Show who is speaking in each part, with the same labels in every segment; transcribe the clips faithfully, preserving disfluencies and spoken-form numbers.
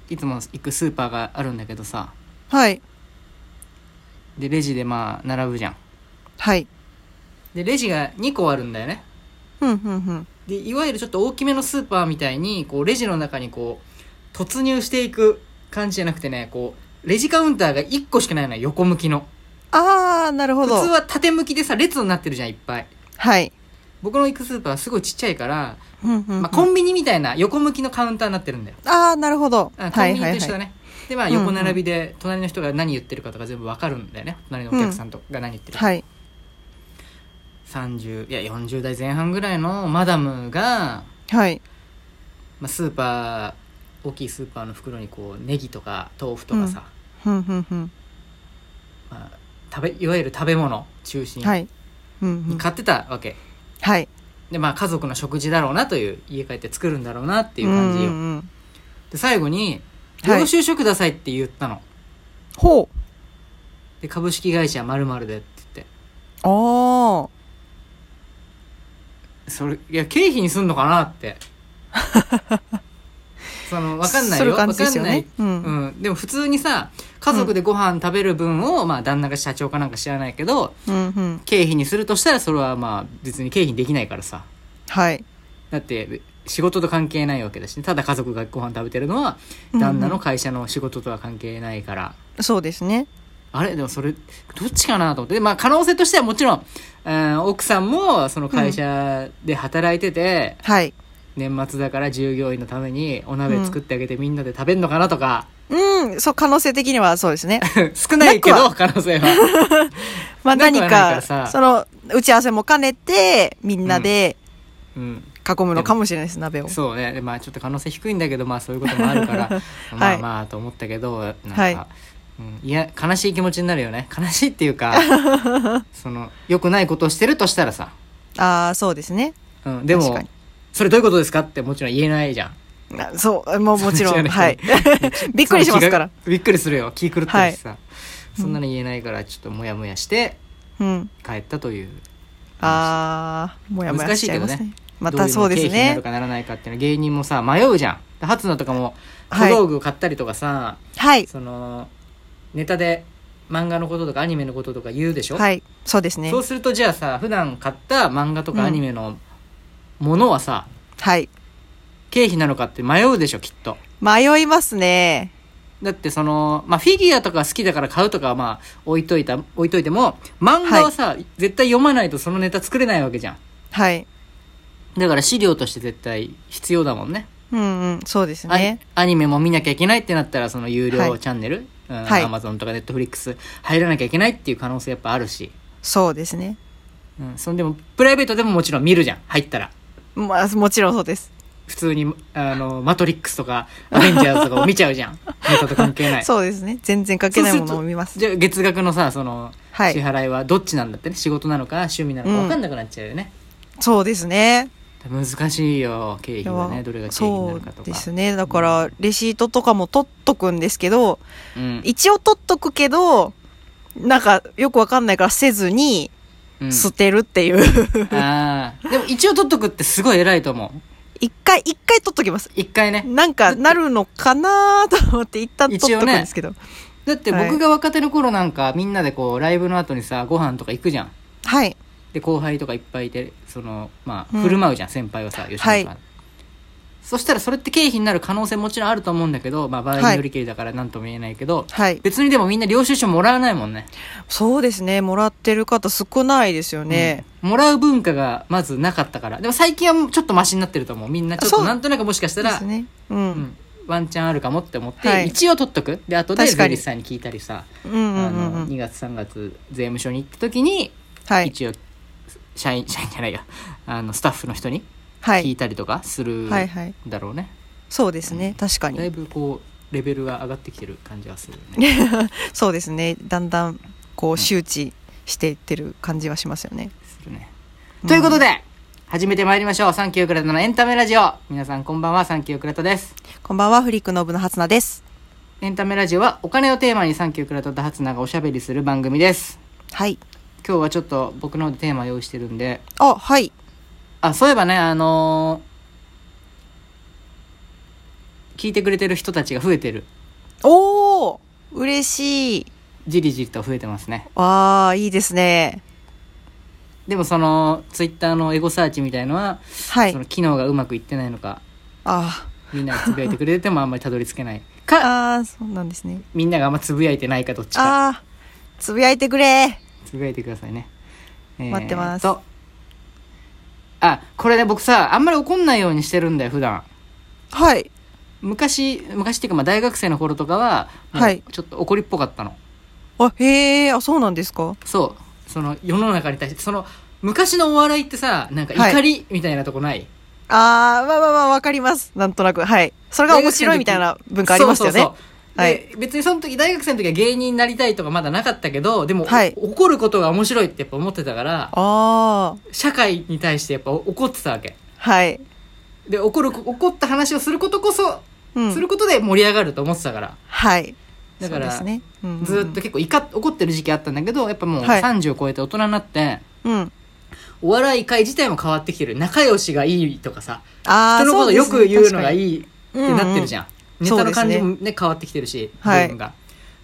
Speaker 1: いつも行くスーパーがあるんだけどさ、
Speaker 2: はい
Speaker 1: でレジでまあ並ぶじゃん。
Speaker 2: はい
Speaker 1: でレジがにこあるんだよね。
Speaker 2: ふんふんふん。
Speaker 1: でいわゆるちょっと大きめのスーパーみたいにこうレジの中にこう突入していく感じじゃなくてね、こうレジカウンターがいっこしかないのよ、横向きの。
Speaker 2: あーなるほど。
Speaker 1: 普通は縦向きでさ列になってるじゃん、いっぱい。
Speaker 2: はい
Speaker 1: 僕の行くスーパーはすごいちっちゃいから、
Speaker 2: ふんふんふん、
Speaker 1: まあ、コンビニみたいな横向きのカウンターになってるんだよ。
Speaker 2: あーなるほど。
Speaker 1: コンビニと一緒だね、
Speaker 2: はいはいはい。
Speaker 1: でまあ横並びで隣の人が何言ってるかとか全部わかるんだよね、隣のお客さんとが何言ってるか、
Speaker 2: はい
Speaker 1: さんじゅういやよんじゅう代前半ぐらいのマダムが、
Speaker 2: はい
Speaker 1: まあ、スーパー大きいスーパーの袋にこうネギとか豆腐とかさ、
Speaker 2: ふんふんふん。
Speaker 1: まあ、食べいわゆる食べ物中心
Speaker 2: はいふんふん。
Speaker 1: に買ってたわけ
Speaker 2: はい
Speaker 1: で、まあ家族の食事だろうなという、家帰って作るんだろうなっていう感じよ、
Speaker 2: うんうんうん、
Speaker 1: で最後に
Speaker 2: はい
Speaker 1: 領収書くださいって言ったの。
Speaker 2: ほう。
Speaker 1: で株式会社〇〇でって言って、
Speaker 2: あー
Speaker 1: それいや経費にすんのかなってその分かんないよ、
Speaker 2: する感じですよね。
Speaker 1: 分かんない、うんうん、でも普通にさ家族でご飯食べる分を、うん、まあ旦那が社長かなんか知らないけど、
Speaker 2: うんうん、
Speaker 1: 経費にするとしたらそれはまあ別に経費にできないからさ。
Speaker 2: はい
Speaker 1: だって仕事と関係ないわけだし、ね、ただ家族がご飯食べてるのは旦那の会社の仕事とは関係ないから、うん
Speaker 2: うん、そうですね。
Speaker 1: あれでもそれどっちかなと思って、まあ可能性としてはもちろん、うん、奥さんもその会社で働いてて、
Speaker 2: うん、はい
Speaker 1: 年末だから従業員のためにお鍋作ってあげてみんなで食べるのかなとか、
Speaker 2: うん、そう可能性的にはそうですね。
Speaker 1: 少ないけど可能性は
Speaker 2: まあ何かその打ち合わせも兼ねてみんなで囲むのかもしれないです、うん、鍋を。
Speaker 1: そうね。でまあちょっと可能性低いんだけど、まあそういうこともあるから、はい、まあまあと思ったけど、なんか、はい、うん、いや悲しい気持ちになるよね。悲しいっていうかその良くないことをしてるとしたらさ、
Speaker 2: ああそうですね、
Speaker 1: うん、でもそれどういうことですかってもちろん言えないじゃん。
Speaker 2: そうもうもちろんはいびっくりしますから。
Speaker 1: びっくりするよ、気狂ってるしさ、はい、そんなの言えないからちょっとモヤモヤして帰ったという、うん、
Speaker 2: ああモヤモヤしちゃいますね。
Speaker 1: 難しいけどね、
Speaker 2: またそうですね、
Speaker 1: どういうの経費になるかならないかっていうの芸人もさ迷うじゃん。初野とかも小道具買ったりとかさ、
Speaker 2: はい、
Speaker 1: そのネタで漫画のこととかアニメのこととか言うでしょ。
Speaker 2: はいそうですね。
Speaker 1: そうするとじゃあさ普段買った漫画とかアニメのものはさ、
Speaker 2: うん、はい
Speaker 1: 経費なのかって迷うでしょきっと。
Speaker 2: 迷いますね。
Speaker 1: だってその、まあ、フィギュアとか好きだから買うとかはまあ置いといた置いといても漫画はさ、はい、絶対読まないとそのネタ作れないわけじゃん。
Speaker 2: はい
Speaker 1: だから資料として絶対必要だもんね。
Speaker 2: うんうんそうですね。
Speaker 1: アニメも見なきゃいけないってなったらその有料チャンネル、はい、うん、Amazon とか Netflix 入らなきゃいけないっていう可能性やっぱあるし。
Speaker 2: そうですね、
Speaker 1: うん、そんでもプライベートでももちろん見るじゃん入ったら。
Speaker 2: まあもちろんそうです。
Speaker 1: 普通にあのマトリックスとかアベンジャーズとかを見ちゃうじゃんネタと関係ない
Speaker 2: そうですね、全然関係ないものを見ます。
Speaker 1: じゃあ月額のさその、はい、支払いはどっちなんだってね、仕事なのか趣味なのか分かんなくなっちゃうよね、
Speaker 2: うん、そうですね。
Speaker 1: 難しいよ経費はね、どれが経費になるかとか。
Speaker 2: そうですね、だからレシートとかも取っとくんですけど、
Speaker 1: うん、
Speaker 2: 一応取っとくけどなんかよく分かんないからせずに捨てるっていう、うん、
Speaker 1: あでも一応取っとくってすごい偉いと思う。
Speaker 2: 一回一回取っときます。
Speaker 1: 一回ね、
Speaker 2: なんかなるのかなと思って一旦取っとくんですけど、ね、
Speaker 1: だって僕が若手の頃なんか、はい、みんなでこうライブの後にさご飯とか行くじゃん。
Speaker 2: はい
Speaker 1: で後輩とかいっぱいいてそのまあ振る舞うじゃん、うん、先輩はさ吉野さん、はい、そしたらそれって経費になる可能性もちろんあると思うんだけど、まあ、場合によりけりだから何とも言えないけど、はい、別にでもみんな領収書もらわないもんね。
Speaker 2: そうですね、もらってる方少ないですよね、
Speaker 1: うん、もらう文化がまずなかったから。でも最近はちょっとマシになってると思う。みんなちょっとなんとなくもしかしたら、ね、うんうん、ワンチャンあるかもって思って、はい、一応取っとく。で後で税理士さんに聞いたりさ、
Speaker 2: うんうんうんうん、あの
Speaker 1: にがつさんがつ税務署に行った時に、はい、一応社員社員じゃないやあのスタッフの人に聞いたりとかするだろうね、はいはいはい、
Speaker 2: そうですね、確かに
Speaker 1: だいぶこうレベルが上がってきてる感じはするよね
Speaker 2: そうですね、だんだんこう周知していってる感じはしますよね、
Speaker 1: するね、うん、ということで始めてまいりましょう。サンキュークラタのエンタメラジオ。皆さんこんばんは、サンキュークラタです。
Speaker 2: こんばんは、フリックノブの初菜です。
Speaker 1: エンタメラジオはお金をテーマにサンキュークラタと初菜がおしゃべりする番組です。
Speaker 2: はい、
Speaker 1: 今日はちょっと僕のテーマ用意してるんで。
Speaker 2: あ、はい。
Speaker 1: あ、そういえばね、あのー、 聞いてくれてる人たちが増えてる。
Speaker 2: おー、嬉しい。
Speaker 1: じりじりと増えてますね。
Speaker 2: わー、いいですね。
Speaker 1: でもそのツイッターのエゴサーチみたいのは、はい、その機能がうまくいってないのか、
Speaker 2: あ
Speaker 1: みんながつぶやいてくれてもあんまりたどり着けないか、
Speaker 2: あー、そうなんですね。
Speaker 1: みんながあんまつぶやいてないかどっちか。
Speaker 2: あー、つぶやいてくれ。
Speaker 1: つぶやいてくださいね。
Speaker 2: えー、待ってます。
Speaker 1: とあ、これね僕さあんまり怒んないようにしてるんだよ普段。
Speaker 2: はい。
Speaker 1: 昔昔っていうかまあ大学生の頃とかははいちょっと怒りっぽかったの。
Speaker 2: あ、へえ、あ、そうなんですか。
Speaker 1: そうその世の中に対してその昔のお笑いってさなんか怒りみたいなとこない、はい、
Speaker 2: あー、まあまあまあわかります。なんとなく。はい。それが面白いみたいな文化ありますよね。そうそうそう、はい、
Speaker 1: 別にその時大学生の時は芸人になりたいとかまだなかったけどでも、はい、怒ることが面白いってやっぱ思ってたから
Speaker 2: あ
Speaker 1: 社会に対してやっぱ怒ってたわけ。
Speaker 2: はい
Speaker 1: で怒る怒った話をすることこそ、うん、することで盛り上がると思ってたから
Speaker 2: はい
Speaker 1: だから、
Speaker 2: ねうんうんうん、
Speaker 1: ずっと結構怒怒ってる時期あったんだけどやっぱもうさんじゅうを超えて大人になって、はいうん、お笑い界自体も変わってきてる。仲良しがいいとかさ人のことよく言うのがいいってなってるじゃん、うんうん、ネタの感じも、ねね、変わってきてるし部分が、はい、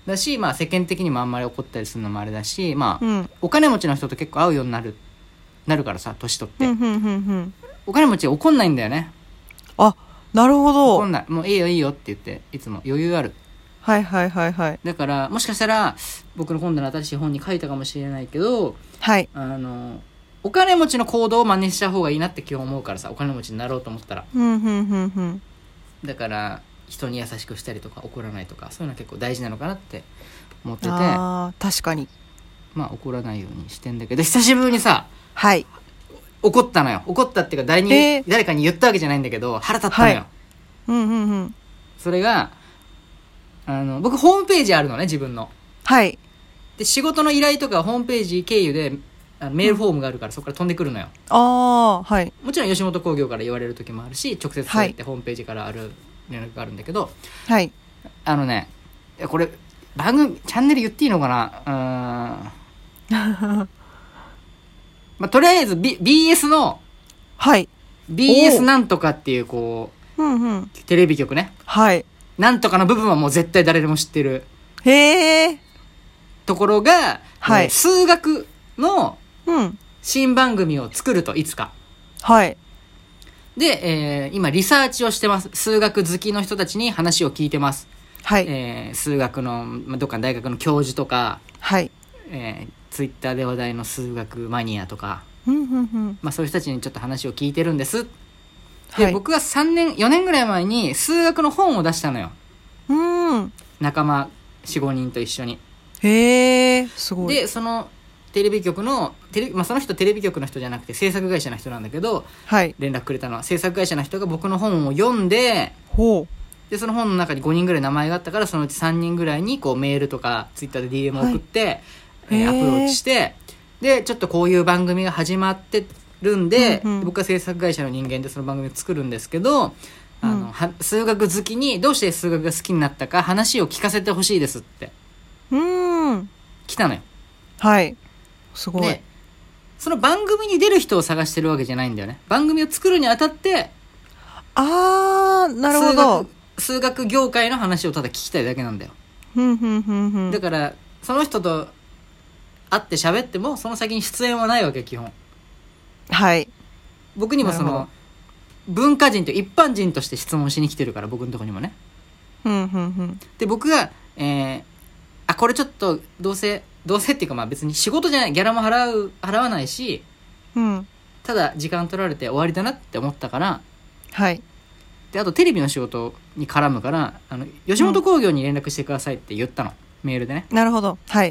Speaker 1: だし、まあ、世間的にもあんまり怒ったりするのもあれだし、まあうん、お金持ちの人と結構会うようになるなるからさ年取って、
Speaker 2: うんうんうんうん、
Speaker 1: お金持ち怒んないんだよね。
Speaker 2: あ、なるほど。
Speaker 1: 怒んない。もういいよいいよって言っていつも余裕ある。
Speaker 2: はいはいはいはい。
Speaker 1: だからもしかしたら僕の今度の新しい本に書いたかもしれないけど、
Speaker 2: はい、
Speaker 1: あのお金持ちの行動を真似した方がいいなって今日思うからさお金持ちになろうと思ったら、
Speaker 2: うんうんうんうん、
Speaker 1: だから人に優しくしたりとか怒らないとかそういうのは結構大事なのかなって思ってて、
Speaker 2: あー確かに
Speaker 1: まあ怒らないようにしてんだけど久しぶりにさ、
Speaker 2: はい、
Speaker 1: 怒ったのよ。怒ったっていうか誰に、えー、誰かに言ったわけじゃないんだけど腹立ったのよ、はい、
Speaker 2: うんうんうん、
Speaker 1: それがあの僕ホームページあるのね自分の。
Speaker 2: はい
Speaker 1: で仕事の依頼とかホームページ経由であのメールフォームがあるから、うん、そこから飛んでくるのよ。
Speaker 2: ああはい。
Speaker 1: もちろん吉本興業から言われる時もあるし直接そうやってホームページからある連絡があるんだけど、
Speaker 2: はい、
Speaker 1: あのねこれ番組チャンネル言っていいのかなうーんまあ、とりあえず、B、ビーエス の、
Speaker 2: はい、
Speaker 1: ビーエス なんとかっていうこう、
Speaker 2: うんうん、
Speaker 1: テレビ局ね、
Speaker 2: はい、
Speaker 1: なんとかの部分はもう絶対誰でも知ってる
Speaker 2: へー
Speaker 1: ところが、
Speaker 2: はい、
Speaker 1: 数学の新番組を作るといつか、
Speaker 2: はい、
Speaker 1: で、えー、今リサーチをしてます。数学好きの人たちに話を聞いてます、
Speaker 2: はい
Speaker 1: えー、数学の、まあ、どっかの大学の教授とか、
Speaker 2: はい
Speaker 1: えー、ツイッターで話題の数学マニアとか、
Speaker 2: うんうんうん
Speaker 1: まあ、そういう人たちにちょっと話を聞いてるんです。で、はい、僕はさんねんよねんぐらい前に数学の本を出したのよ。
Speaker 2: うん
Speaker 1: 仲間 よん,ご 人と一緒に。
Speaker 2: へえすごい。
Speaker 1: でそのテレビ局のテレ、まあ、その人テレビ局の人じゃなくて制作会社の人なんだけど、
Speaker 2: はい、
Speaker 1: 連絡くれたのは制作会社の人が僕の本を読んで、
Speaker 2: ほう
Speaker 1: でその本の中にごにんぐらい名前があったからそのうちさんにんぐらいにこうメールとかツイッターで ディーエム を送って、はいえー、アプローチしてでちょっとこういう番組が始まってるんで、うんうん、僕は制作会社の人間でその番組を作るんですけど、あの、うん、は数学好きにどうして数学が好きになったか話を聞かせてほしいですって
Speaker 2: うん
Speaker 1: 来たのよ。
Speaker 2: はいすごい。
Speaker 1: でその番組に出る人を探してるわけじゃないんだよね。番組を作るにあたって
Speaker 2: あーなるほど
Speaker 1: 数学、数学業界の話をただ聞きたいだけなんだよ。
Speaker 2: ふんふんふんふん。
Speaker 1: だからその人と会って喋ってもその先に出演はないわけ基本。
Speaker 2: はい
Speaker 1: 僕にもその文化人と一般人として質問しに来てるから僕のとこにもね。
Speaker 2: ふんふんふん。
Speaker 1: で僕が、えー、あこれちょっとどうせどうせっていうかまあ別に仕事じゃないギャラも払う払わないし、
Speaker 2: うん、
Speaker 1: ただ時間取られて終わりだなって思ったから。
Speaker 2: はい
Speaker 1: であとテレビの仕事に絡むからあの吉本興業に連絡してくださいって言ったの、うん、メールでね。
Speaker 2: なるほどはい。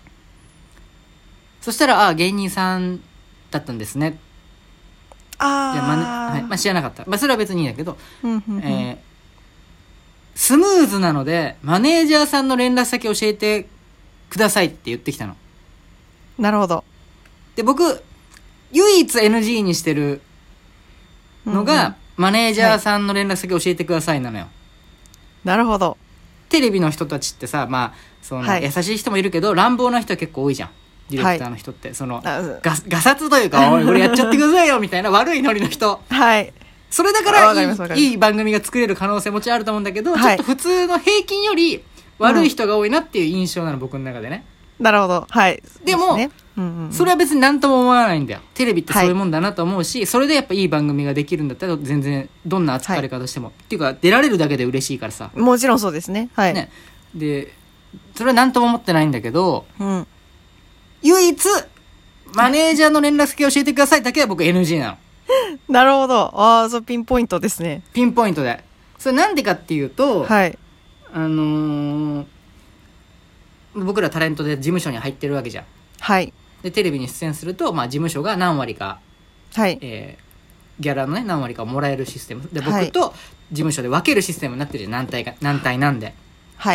Speaker 1: そしたらあ芸人さんだったんですね。
Speaker 2: あ
Speaker 1: じゃあ、まねはいまあ、知らなかった、まあ、それは別にいいんだけど、
Speaker 2: うんうんうん
Speaker 1: えー、スムーズなのでマネージャーさんの連絡先教えてくださいって言ってきたの。
Speaker 2: なるほど。
Speaker 1: で僕唯一 エヌジー にしてるのが、うんうんマネージャーさんの連絡先教えてくださいなのよ、はい、
Speaker 2: なるほど。
Speaker 1: テレビの人たちってさ、まあその、はい、優しい人もいるけど乱暴な人は結構多いじゃんディレクターの人って、はい、そのガサツというかおいこれやっちゃってくださいよみたいな悪いノリの人
Speaker 2: はい
Speaker 1: それだからいい、いい番組が作れる可能性もちろんあると思うんだけど、はい、ちょっと普通の平均より悪い人が多いなっていう印象なの、うん、僕の中でね。
Speaker 2: なるほど。はい。
Speaker 1: でも、でねうんうんうん、それは別に何とも思わないんだよ。テレビってそういうもんだなと思うし、はい、それでやっぱいい番組ができるんだったら全然どんな扱い方しても、はい、っていうか出られるだけで嬉しいからさ。
Speaker 2: もちろんそうですね。はい。ね、
Speaker 1: で、それは何とも思ってないんだけど、
Speaker 2: うん、
Speaker 1: 唯一マネージャーの連絡先教えてくださいだけは僕 エヌジー なの。
Speaker 2: なるほど。ああ、そうピンポイントですね。
Speaker 1: ピンポイントで。それなんでかっていうと、
Speaker 2: はい。
Speaker 1: あのー、僕らタレントで事務所に入ってるわけじゃん。
Speaker 2: はい。
Speaker 1: でテレビに出演すると、まあ、事務所が何割か、
Speaker 2: はい
Speaker 1: えー、ギャラのね何割かをもらえるシステムで、僕と事務所で分けるシステムになってるじゃん。何体か何体なんで。
Speaker 2: はい。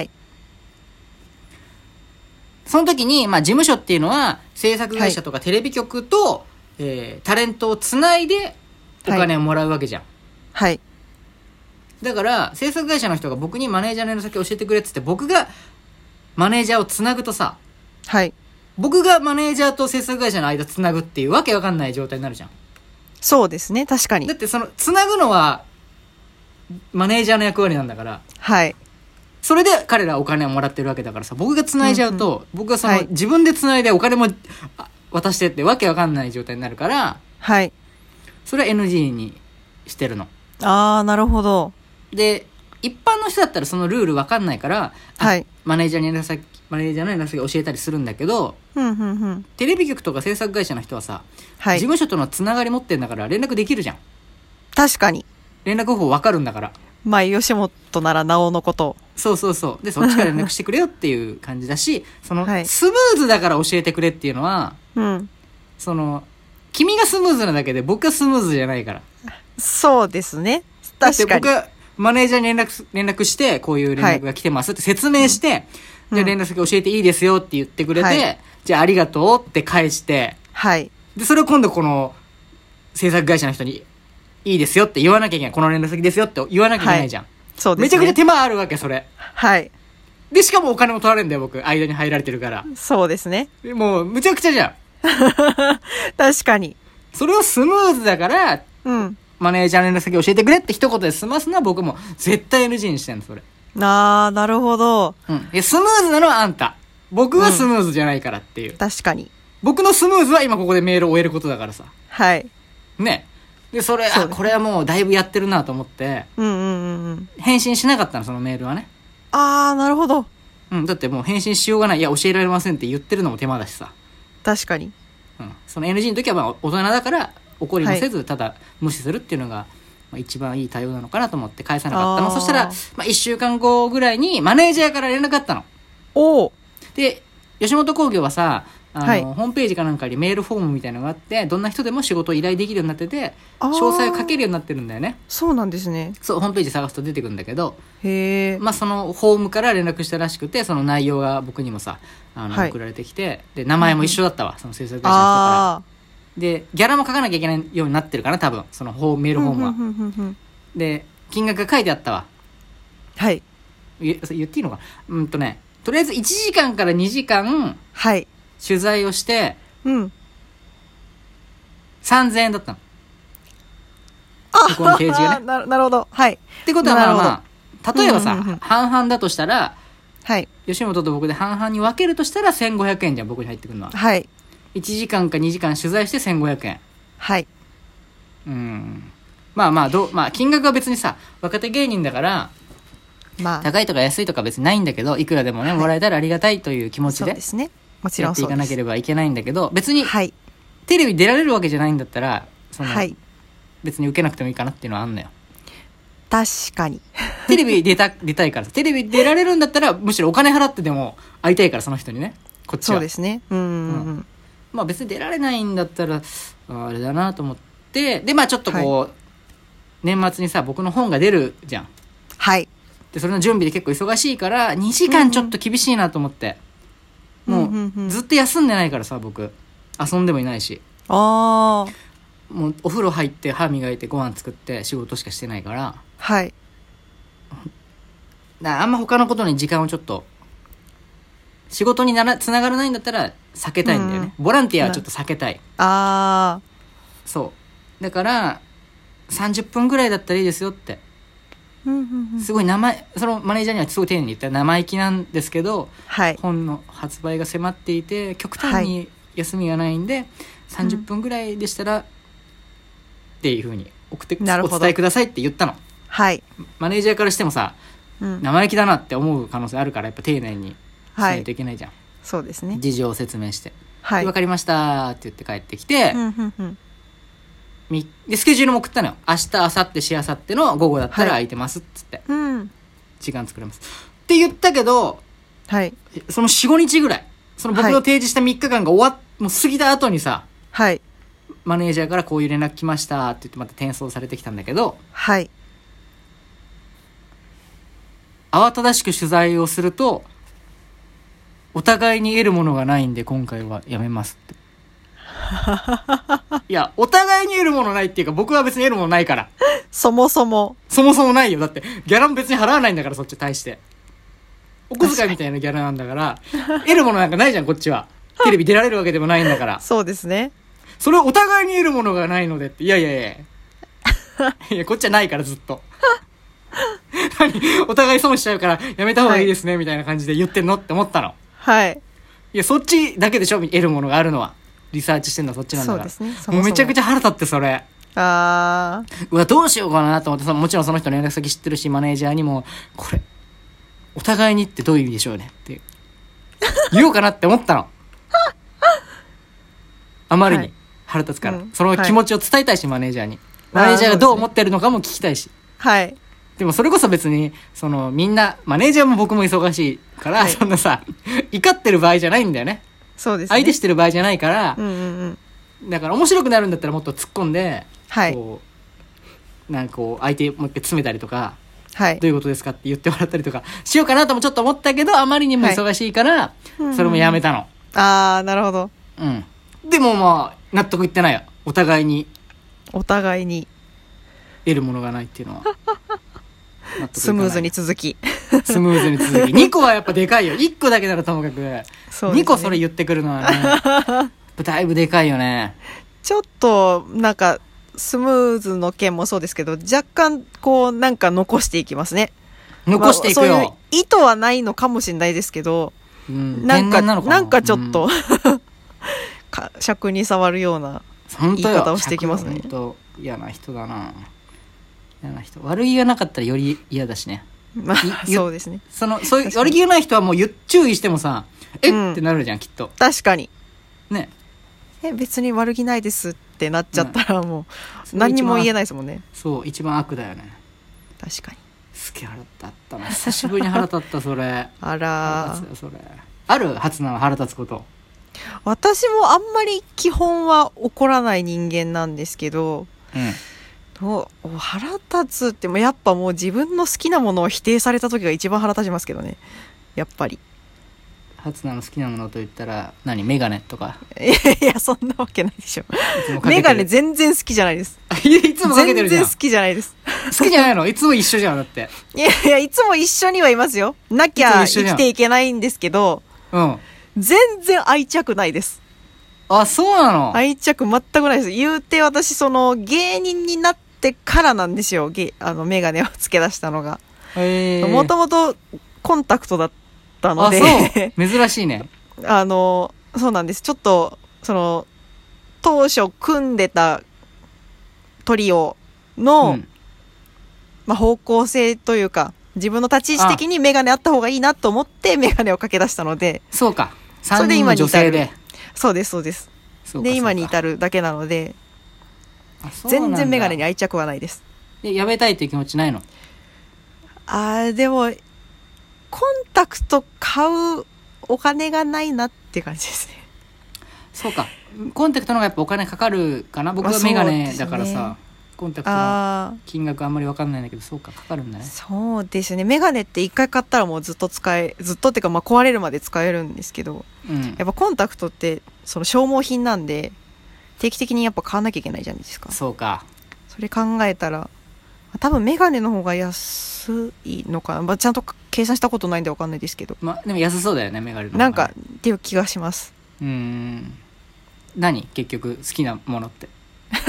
Speaker 1: その時に、まあ、事務所っていうのは制作会社とかテレビ局と、はいえー、タレントをつないでお金をもらうわけじゃん。
Speaker 2: はい。
Speaker 1: だから制作会社の人が僕にマネージャーの連絡先教えてくれっつって僕がマネージャーをつなぐとさ、
Speaker 2: はい。
Speaker 1: 僕がマネージャーと制作会社の間つなぐっていうわけわかんない状態になるじゃん。
Speaker 2: そうですね、確かに。
Speaker 1: だってそのつなぐのはマネージャーの役割なんだから。
Speaker 2: はい。
Speaker 1: それで彼らお金をもらってるわけだからさ、僕がつないじゃうと、うんうん、僕がその、はい、自分でつないでお金も渡してってわけわかんない状態になるから、
Speaker 2: はい。
Speaker 1: それは エヌジー にしてるの。
Speaker 2: あー、なるほど。
Speaker 1: で、一般の人だったらそのルールわかんないから、
Speaker 2: はい。
Speaker 1: マネージャーに連絡先、マネージャーの連絡先教えたりするんだけど、
Speaker 2: うんうんうん、
Speaker 1: テレビ局とか制作会社の人はさ、
Speaker 2: はい、
Speaker 1: 事務所とのつながり持ってんだから連絡できるじゃん。
Speaker 2: 確かに。
Speaker 1: 連絡方法わかるんだから。
Speaker 2: まあ、吉本ならなおのこと。
Speaker 1: そうそうそう。で、そっちから連絡してくれよっていう感じだし、その、はい、スムーズだから教えてくれっていうのは、
Speaker 2: うん。
Speaker 1: その、君がスムーズなだけで僕がスムーズじゃないから。
Speaker 2: そうですね。確かに。
Speaker 1: だって僕がマネージャーに連絡、連絡して、こういう連絡が来てますって説明して、はいじゃあ連絡先教えていいですよって言ってくれて、はい、じゃあありがとうって返して、
Speaker 2: はい。
Speaker 1: で、それを今度この制作会社の人にいいですよって言わなきゃいけない。この連絡先ですよって言わなきゃいけないじゃん。はい、
Speaker 2: そうですね。
Speaker 1: めちゃくちゃ手間あるわけ、それ。
Speaker 2: はい。
Speaker 1: で、しかもお金も取られるんだよ、僕。間に入られてるから。
Speaker 2: そうですね。
Speaker 1: もう、むちゃくちゃじゃん。
Speaker 2: 確かに。
Speaker 1: それをスムーズだから、
Speaker 2: うん。
Speaker 1: マネージャーの連絡先教えてくれって一言で済ますのは僕も絶対 エヌジー にしてんの、それ。
Speaker 2: あー、なるほど。
Speaker 1: うん。いや、スムーズなのはあんた。僕はスムーズじゃないからっていう。うん、
Speaker 2: 確かに。
Speaker 1: 僕のスムーズは今ここでメールを終えることだからさ。
Speaker 2: はい。
Speaker 1: ね。で、それ、あ、これはもうだいぶやってるなと思って、
Speaker 2: うんうんうんうん。
Speaker 1: 返信しなかったの、そのメールはね。
Speaker 2: あー、なるほど。
Speaker 1: うん、だってもう返信しようがない。いや、教えられませんって言ってるのも手間だしさ。
Speaker 2: 確かに。
Speaker 1: うん。その エヌジー の時はまあ大人だから怒りもせず、ただ無視するっていうのが、まあ、一番いい対応なのかなと思って返さなかったの。そしたら、まあ、いっしゅうかんごぐらいにマネージャーから連絡あったの。
Speaker 2: お
Speaker 1: で、吉本興業はさ、あの、はい、ホームページかなんかにメールフォームみたいなのがあって、どんな人でも仕事を依頼できるようになってて、詳細を書けるようになってるんだよね。
Speaker 2: そうなんですね。
Speaker 1: そう、ホームページ探すと出てくるんだけど、
Speaker 2: へー。
Speaker 1: まあ、そのホームから連絡したらしくて、その内容が僕にもさ、あの、はい、送られてきて、で、名前も一緒だったわ、うん、その制作会社の人から。で、ギャラも書かなきゃいけないようになってるかな、多分、そのホームメールフォームは。で、金額が書いてあったわ。
Speaker 2: はい。
Speaker 1: 言, 言っていいのかな。うんとね、とりあえずいちじかんからにじかん、
Speaker 2: はい。
Speaker 1: 取材をして、
Speaker 2: うん。
Speaker 1: さんぜんえんだったの。
Speaker 2: あ、
Speaker 1: ここのページがね。
Speaker 2: な, なるほど。はい。
Speaker 1: ってことはまあまあ、例えばさ、うんうんうん、半々だとしたら、
Speaker 2: はい。
Speaker 1: 吉本と僕で半々に分けるとしたらせんごひゃくえんじゃん、僕に入ってくるのは。
Speaker 2: はい。
Speaker 1: いちじかんかにじかん取材してせんごひゃくえん。
Speaker 2: はい。
Speaker 1: うん。まあまあ、どう、まあ、金額は別にさ、若手芸人だから、まあ、高いとか安いとか別にないんだけど、いくらでもね、はい、もらえたらありがたいという気持ちで、そうですね。もちろんそうです。やっていかなければいけないんだけど、別に、はい、テレビ出られるわけじゃないんだったら、その、はい、別に受けなくてもいいかなっていうのはあんのよ。
Speaker 2: 確かに。
Speaker 1: テレビ出た、出たいからさ、テレビ出られるんだったら、むしろお金払ってでも会いたいから、その人にね。こっちは。
Speaker 2: そうですね。うんうん、うん。
Speaker 1: まあ別に出られないんだったら、あれだなと思って、で、まあちょっとこう、はい、年末にさ、僕の本が出るじゃん。
Speaker 2: はい。
Speaker 1: で、それの準備で結構忙しいから、にじかんちょっと厳しいなと思って。うんうん、もう、ずっと休んでないからさ、僕。遊んでもいないし。
Speaker 2: ああ。
Speaker 1: もう、お風呂入って、歯磨いて、ご飯作って、仕事しかしてないから。
Speaker 2: はい。
Speaker 1: だからあんま他のことに時間をちょっと、仕事になら、つながらないんだったら、避けたいんだよね。うん、ボランティアはちょっと避けたい。
Speaker 2: ああ。
Speaker 1: そう。だから、 さんじゅっぷんぐらいだったらいいですよって、
Speaker 2: うんうんうん、
Speaker 1: すごい生そのマネージャーにはすごい丁寧に言ったら生意気なんですけど、
Speaker 2: はい、
Speaker 1: 本の発売が迫っていて極端に休みがないんで、はい、さんじゅっぷんぐらいでしたら、うん、っていう風に送ってお伝えくださいって言ったの、
Speaker 2: はい、
Speaker 1: マネージャーからしてもさ、うん、生意気だなって思う可能性あるからやっぱ丁寧にしないといけないじゃん、はい、
Speaker 2: そうですね、
Speaker 1: 事情を説明して、
Speaker 2: はい、
Speaker 1: 分かりましたって言って帰ってきて、
Speaker 2: うんうんうん、
Speaker 1: でスケジュールも送ったのよ。明日明後日しあさっての午後だったら空いてますっつって、
Speaker 2: はい、うん、
Speaker 1: 時間作れますって言ったけど、
Speaker 2: はい、
Speaker 1: その よん,ご 日ぐらいその僕の提示したみっかかんが終わっもう過ぎた後にさ、
Speaker 2: はい、
Speaker 1: マネージャーからこういう連絡来ましたって言ってまた転送されてきたんだけど、
Speaker 2: はい、
Speaker 1: 慌ただしく取材をするとお互いに得るものがないんで今回はやめますっていやお互いに得るものないっていうか僕は別に得るものないから
Speaker 2: そもそも
Speaker 1: そもそもないよ。だってギャラも別に払わないんだからそっち対してお小遣いみたいなギャラなんだから得るものなんかないじゃんこっちは。テレビ出られるわけでもないんだから
Speaker 2: そうですね。
Speaker 1: それをお互いに得るものがないのでっていやいやいやいやこっちはないからずっと何お互い損しちゃうからやめた方がいいですね、はい、みたいな感じで言ってんのって思ったの。
Speaker 2: はい。
Speaker 1: いやそっちだけでしょ得るものがあるのは。リサーチしてんのはそっちなんだから。
Speaker 2: そうですね。そ
Speaker 1: もそももうめちゃくちゃ腹立ってそれ。
Speaker 2: あー。
Speaker 1: うわどうしようかなと思って、もちろんその人の連絡先知ってるしマネージャーにもこれお互いにってどういう意味でしょうねって言おうかなって思ったのあまりに腹立つから、はい、その気持ちを伝えたいし、はい、マネージャーにマネージャーがどう思ってるのかも聞きたいし、
Speaker 2: はい。
Speaker 1: でもそれこそ別にそのみんなマネージャーも僕も忙しいから、はい、そんなさ怒ってる場合じゃないんだよね。
Speaker 2: そうですね。
Speaker 1: 相手してる場合じゃないから、
Speaker 2: うんうん
Speaker 1: うん、だから面白くなるんだったらもっと突っ込んで、
Speaker 2: はい、
Speaker 1: こうなんかこう相手もう一回詰めたりとか、
Speaker 2: はい、
Speaker 1: どういうことですかって言ってもらったりとかしようかなともちょっと思ったけどあまりにも忙しいから、はい、それもやめたの、
Speaker 2: うん、ああなるほど、
Speaker 1: うん、でもまあ納得いってないよ。お互いに
Speaker 2: お互いに
Speaker 1: 得るものがないっていうのは
Speaker 2: スムーズに続き
Speaker 1: スムーズに続きにこはやっぱでかいよ。いっこだけならともかく、そうですね、にこそれ言ってくるのはねだいぶでかいよね。
Speaker 2: ちょっとなんかスムーズの件もそうですけど若干こうなんか残していきますね。
Speaker 1: 残していくよ、まあ、そういう
Speaker 2: 意図はないのかもしれないですけど、
Speaker 1: うん、
Speaker 2: なんか
Speaker 1: なのかな、
Speaker 2: なんかちょっと、うん、か尺に触るような言い方をしていきますね。
Speaker 1: 本当嫌な人だな。嫌な人。悪気がなかったらより嫌だしね。
Speaker 2: まあそうですね。
Speaker 1: そのそういう悪気がない人はもう注意してもさえ、うん、ってなるじゃんきっと。
Speaker 2: 確かにね。
Speaker 1: え
Speaker 2: 別に悪気ないですってなっちゃったらもう何にも言えないですもんね。
Speaker 1: そう一番悪だよね。
Speaker 2: 確かに。
Speaker 1: すげえ腹立ったな。久しぶりに腹立ったそれ
Speaker 2: あら
Speaker 1: 腹立つよそれ。ある初なの腹立つこと。
Speaker 2: 私もあんまり基本は怒らない人間なんですけど、
Speaker 1: うん、
Speaker 2: 腹立つってもやっぱもう自分の好きなものを否定された時が一番腹立ちますけどね。やっぱり
Speaker 1: 初菜の好きなものと言ったら何メガネとか。
Speaker 2: いやそんなわけないでしょ。メガネ全然好きじゃないです。
Speaker 1: いつもかけてるじゃん。
Speaker 2: 全然好きじゃないです。
Speaker 1: 好きじゃないの？いつも一緒じゃんだって。
Speaker 2: いやいやいつも一緒にはいますよ。なきゃ生きていけないんですけど、
Speaker 1: うん、
Speaker 2: 全然愛着ないです。
Speaker 1: あ、そうなの？
Speaker 2: 愛着全くないです。言うて私その芸人になってからなんですよ。ゲあのメガネをつけ出したのが。もともとコンタクトだったので。
Speaker 1: あ、そう。珍しいね。
Speaker 2: あのそうなんです。ちょっとその当初組んでたトリオの、うん、まあ、方向性というか自分の立ち位置的にメガネあった方がいいなと思ってメガネをかけ出したので。
Speaker 1: そうか。さんにんの女性で。
Speaker 2: そうですそうです。で今に至るだけなので全然メガネに愛着はないです。
Speaker 1: でやめたいっていう気持ちないの？
Speaker 2: あーでもコンタクト買うお金がないなって感じですね。
Speaker 1: そうか。コンタクトの方がやっぱお金かかるかな。僕はメガネだからさ、ね、コンタクトの金額あんまり分かんないんだけどそうかかかるんだね。
Speaker 2: そうですね。メガネって一回買ったらもうずっと使えずっとっていうかまあ壊れるまで使えるんですけど、
Speaker 1: うん、
Speaker 2: やっぱコンタクトってその消耗品なんで定期的にやっぱ買わなきゃいけないじゃないですか。
Speaker 1: そうか。
Speaker 2: それ考えたら多分メガネの方が安いのかな、まあ、ちゃんと計算したことないんで分かんないですけど、
Speaker 1: まあ、でも安そうだよねメガネの方が。
Speaker 2: なんかっていう気がします。
Speaker 1: うーん何結局好きなものって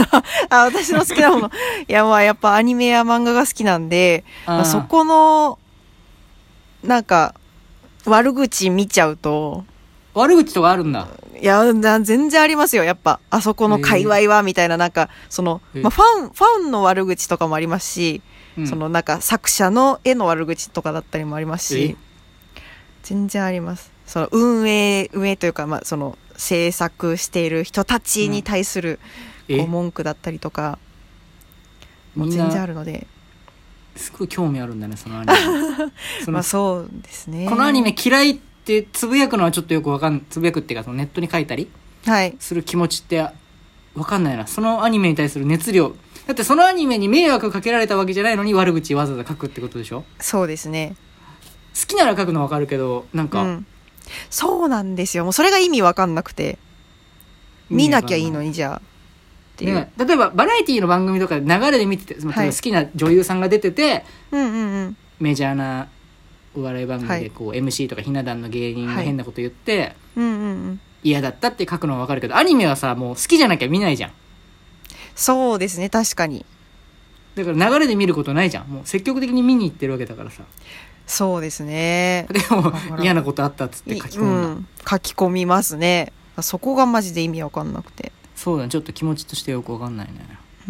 Speaker 2: あ、私の好きなもの。いや、まあやっぱアニメや漫画が好きなんで、まあ、そこの、なんか、悪口見ちゃうと。
Speaker 1: 悪口とかあるんだ。
Speaker 2: いや、全然ありますよ。やっぱ、あそこの界隈は、みたいな、なんか、その、まあ、ファン、ファンの悪口とかもありますし、うん、その、なんか、作者の絵の悪口とかだったりもありますし、全然あります。その、運営、運営というか、まあ、その、制作している人たちに対する、こう、文句だったりとか、もう全然あるので。
Speaker 1: すごい興味あるんだね、そのアニメ。
Speaker 2: そのまあ、そうですね。
Speaker 1: このアニメ嫌いってつぶやくのはちょっとよくわかん、つぶやくっていうか、そのネットに書いたりする気持ちってわかんないな。そのアニメに対する熱量。だってそのアニメに迷惑かけられたわけじゃないのに悪口わざわざ書くってことでしょ？
Speaker 2: そうですね。
Speaker 1: 好きなら書くのわかるけど、なんか、うん、
Speaker 2: そうなんですよ。もうそれが意味わかんなくて。見なきゃいいのに、じゃあ。っていう
Speaker 1: ね、例えばバラエティの番組とかで流れで見てて、はい、好きな女優さんが出てて、
Speaker 2: うんうんうん、
Speaker 1: メジャーなお笑い番組でこう、はい、エムシー とかひな壇の芸人が変なこと言って、はい、
Speaker 2: うんうんうん、
Speaker 1: 嫌だったって書くのはわかるけど、アニメはさ、もう好きじゃなきゃ見ないじゃん。
Speaker 2: そうですね、確かに。
Speaker 1: だから流れで見ることないじゃん。もう積極的に見に行ってるわけだからさ。
Speaker 2: そうですね。
Speaker 1: でも嫌なことあったっつって書き込むんだ、うん、
Speaker 2: 書き込みますね。そこがマジで意味わかんなくて。
Speaker 1: そうだね、ちょっと気持ちとしてよくわかんないね。
Speaker 2: うん、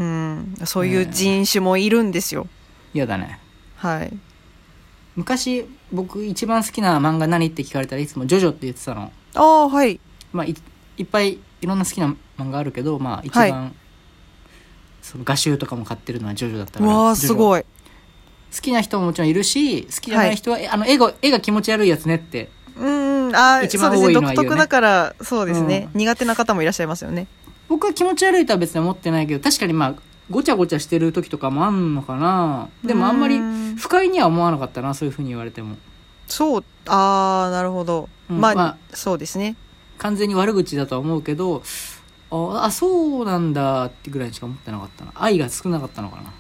Speaker 2: そういう人種もいるんですよ。
Speaker 1: 嫌、ね、だね。
Speaker 2: はい。
Speaker 1: 昔僕一番好きな漫画何って聞かれたらいつもジョジョって言ってたの。
Speaker 2: ああ、はい。
Speaker 1: まあ い, いっぱいいろんな好きな漫画あるけど、まあ一番、はい、その画集とかも買ってるのはジョジョだったから。
Speaker 2: わあ、すごい。
Speaker 1: 好きな人ももちろんいるし、好きじゃない人は、はい、あの絵が絵が気持ち悪いやつねって。
Speaker 2: うん、あ、一番多いのは言うね。独特だからそうですね、うん、苦手な方もいらっしゃいますよね。
Speaker 1: 僕は気持ち悪いとは別に思ってないけど、確かにまあごちゃごちゃしてる時とかもあんのかな。でもあんまり不快には思わなかったな、そういう風に言われても。
Speaker 2: そう、ああ、なるほど、うん、まあ、まあそうですね、
Speaker 1: 完全に悪口だとは思うけど、ああそうなんだってぐらいしか思ってなかったな。愛が少なかったのかな、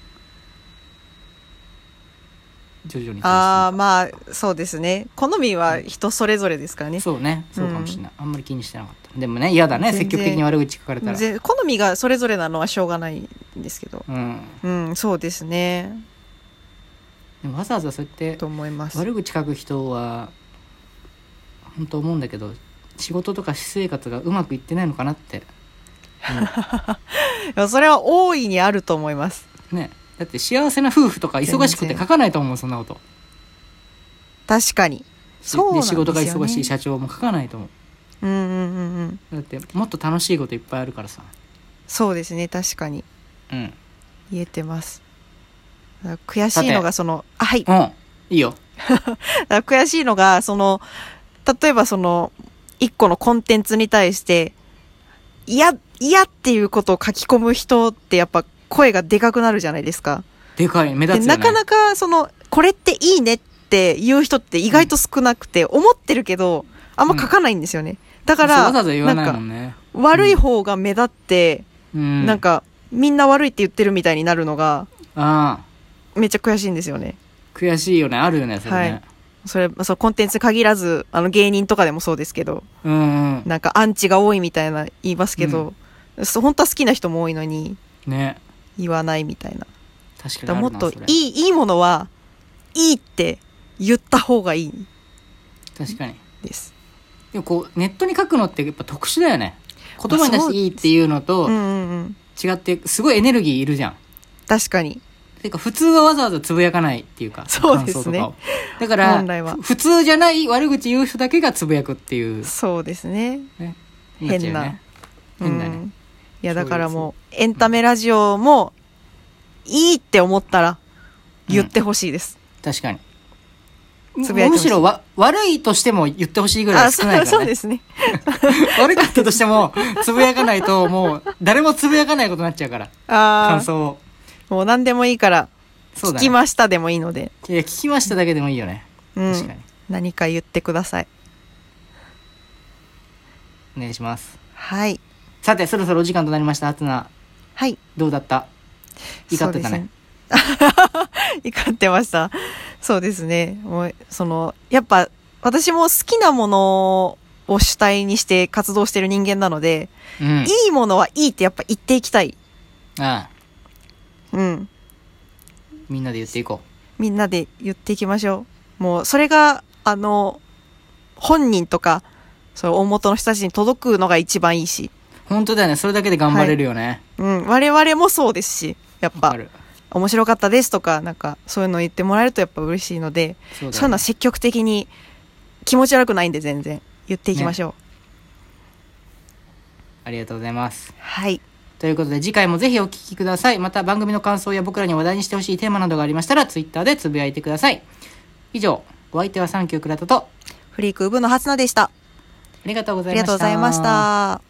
Speaker 1: 徐々に。
Speaker 2: ああ、まあそうですね、好みは人それぞれですからね、うん、
Speaker 1: そうね、そうかもしれない、うん、あんまり気にしてなかった。でもね、嫌だね、積極的に悪口書かれたら。
Speaker 2: 好みがそれぞれなのはしょうがないんですけど、うん、うん、そうですね。
Speaker 1: でもわざわざそうやって
Speaker 2: と思います。
Speaker 1: 悪口書く人は本当思うんだけど、仕事とか私生活がうまくいってないのかなって、
Speaker 2: うん、それは大いにあると思います
Speaker 1: ね。だって幸せな夫婦とか忙しくて書かないと思う、そんなこと。
Speaker 2: 確かにそうなんですよね。
Speaker 1: で仕事が忙しい社長も書かないと思う。
Speaker 2: うんうんうんうん。
Speaker 1: だってもっと楽しいこといっぱいあるからさ。
Speaker 2: そうですね、確かに、
Speaker 1: うん、
Speaker 2: 言えてます。悔しいのがその、あ、はい、
Speaker 1: うん、いいよ。
Speaker 2: 悔しいのがその、例えばその一個のコンテンツに対して嫌嫌っていうことを書き込む人ってやっぱ声がでかくなるじゃないですか。
Speaker 1: でかい、目立つよね。
Speaker 2: なかなかそのこれっていいねって言う人って意外と少なくて、うん、思ってるけどあんま書かないんですよね、うん、だから
Speaker 1: わざわざ言わないもんね。
Speaker 2: 悪い方が目立って、うん、なんかみんな悪いって言ってるみたいになるのが、
Speaker 1: あ
Speaker 2: めっちゃ悔しいんですよね。
Speaker 1: 悔しいよね、あるよね、それね。はい、
Speaker 2: それ、そのコンテンツ限らず、あの芸人とかでもそうですけど、
Speaker 1: うんうん、
Speaker 2: なんかアンチが多いみたいな言いますけど、うん、本当は好きな人も多いのに、
Speaker 1: ね、
Speaker 2: 言わないみたいな。
Speaker 1: 確かにあるな。
Speaker 2: もっといい、いいものはいいって言った方がいい。
Speaker 1: 確かに。
Speaker 2: です。
Speaker 1: でもこうネットに書くのってやっぱ特殊だよね。言葉に出していいっていうのと違ってすごいエネルギーいるじゃん。
Speaker 2: 確かに。
Speaker 1: てか普通はわざわざつぶやかないっていうか、
Speaker 2: そうですね。
Speaker 1: だから普通じゃない悪口言う人だけがつぶやくっていう。
Speaker 2: そうですね。
Speaker 1: ね、
Speaker 2: 変な、
Speaker 1: ね、変だね、うん。
Speaker 2: いやだからもうエンタメラジオもいいって思ったら言ってほしいです。
Speaker 1: うん、確かに。むしろわ悪いとしても言ってほしいぐらい少ないからね。
Speaker 2: そうですね。
Speaker 1: 悪かったとしてもつぶやかないともう誰もつぶやかないことになっちゃうから。
Speaker 2: あ、
Speaker 1: 感想を。
Speaker 2: もう何でもいいから聞きましたでもいいので。
Speaker 1: いや聞きましただけでもいいよね。
Speaker 2: うん、
Speaker 1: 確かに。
Speaker 2: 何か言ってください。
Speaker 1: お願いします。
Speaker 2: はい。
Speaker 1: さてそろそろお時間となりました。初菜。
Speaker 2: はい。
Speaker 1: どうだった？怒ってたね。
Speaker 2: 怒ってました。そうですね。もうそのやっぱ私も好きなものを主体にして活動してる人間なので、うん、いいものはいいってやっぱ言っていきたい
Speaker 1: ああ、
Speaker 2: うん
Speaker 1: みんなで言っていこ
Speaker 2: う。みんなで言っていきましょう。もうそれがあの本人とかその大元の人たちに届くのが一番いいし。
Speaker 1: 本当だよね。それだけで頑張れるよね。
Speaker 2: はい、うん。我々もそうですし、やっぱ面白かったですとかなんかそういうの言ってもらえるとやっぱ嬉しいので、そう、ね、そういうのは積極的に気持ち悪くないんで全然言っていきましょう。ね、
Speaker 1: ありがとうございます。
Speaker 2: はい。
Speaker 1: ということで次回もぜひお聞きください。また番組の感想や僕らに話題にしてほしいテーマなどがありましたらツイッターでつぶやいてください。以上、お相手はサンキュー倉田と
Speaker 2: フリークウブの初菜でした。
Speaker 1: ありがとうございました。
Speaker 2: ありがとうございました。